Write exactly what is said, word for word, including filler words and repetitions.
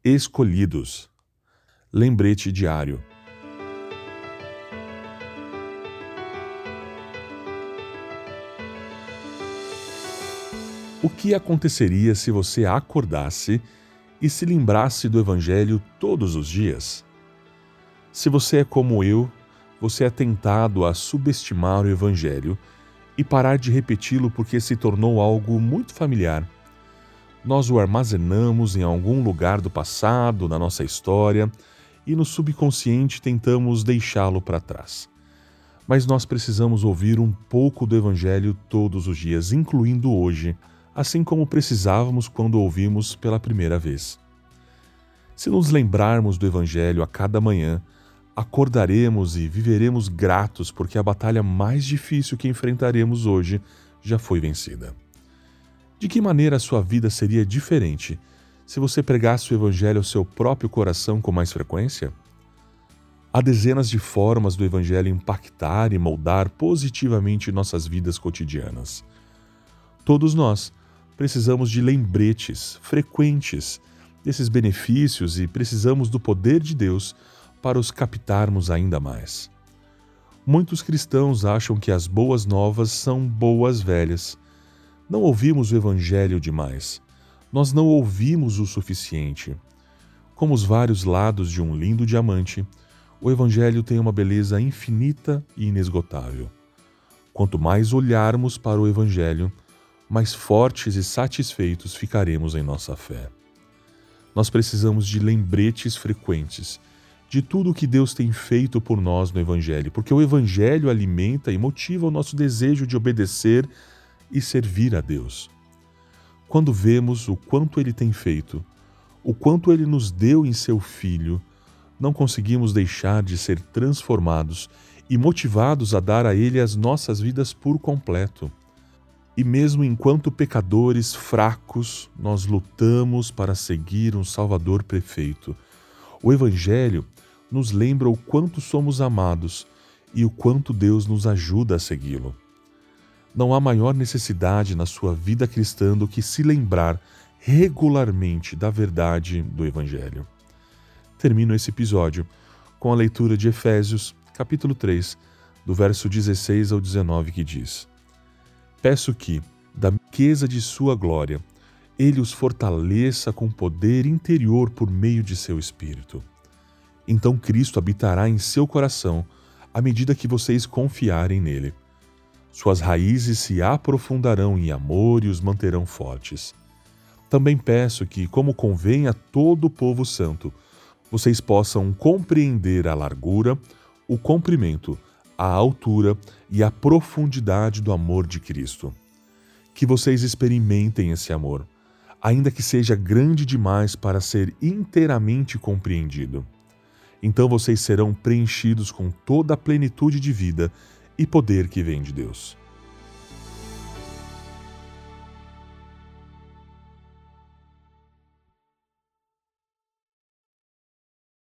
Escolhidos. Lembrete diário. O que aconteceria se você acordasse e se lembrasse do Evangelho todos os dias? Se você é como eu, você é tentado a subestimar o Evangelho e parar de repeti-lo porque se tornou algo muito familiar. Nós o armazenamos em algum lugar do passado, na nossa história, e no subconsciente tentamos deixá-lo para trás. Mas nós precisamos ouvir um pouco do Evangelho todos os dias, incluindo hoje, assim como precisávamos quando ouvimos pela primeira vez. Se nos lembrarmos do Evangelho a cada manhã, acordaremos e viveremos gratos porque a batalha mais difícil que enfrentaremos hoje já foi vencida. De que maneira a sua vida seria diferente se você pregasse o Evangelho ao seu próprio coração com mais frequência? Há dezenas de formas do Evangelho impactar e moldar positivamente nossas vidas cotidianas. Todos nós precisamos de lembretes frequentes desses benefícios e precisamos do poder de Deus para os captarmos ainda mais. Muitos cristãos acham que as boas novas são boas velhas. Não ouvimos o Evangelho demais. Nós não ouvimos o suficiente. Como os vários lados de um lindo diamante, o Evangelho tem uma beleza infinita e inesgotável. Quanto mais olharmos para o Evangelho, mais fortes e satisfeitos ficaremos em nossa fé. Nós precisamos de lembretes frequentes de tudo o que Deus tem feito por nós no Evangelho, porque o Evangelho alimenta e motiva o nosso desejo de obedecer e servir a Deus. Quando vemos o quanto Ele tem feito, o quanto Ele nos deu em seu Filho, não conseguimos deixar de ser transformados e motivados a dar a Ele as nossas vidas por completo. E mesmo enquanto pecadores fracos, nós lutamos para seguir um Salvador perfeito. O Evangelho nos lembra o quanto somos amados e o quanto Deus nos ajuda a segui-lo. Não há maior necessidade na sua vida cristã do que se lembrar regularmente da verdade do Evangelho. Termino esse episódio com a leitura de Efésios, capítulo três, do verso dezesseis ao dezenove, que diz: Peço que, da riqueza de sua glória, Ele os fortaleça com poder interior por meio de seu Espírito. Então Cristo habitará em seu coração à medida que vocês confiarem nele. Suas raízes se aprofundarão em amor e os manterão fortes. Também peço que, como convém a todo o povo santo, vocês possam compreender a largura, o comprimento, a altura e a profundidade do amor de Cristo. Que vocês experimentem esse amor, ainda que seja grande demais para ser inteiramente compreendido. Então vocês serão preenchidos com toda a plenitude de vida e poder que vem de Deus.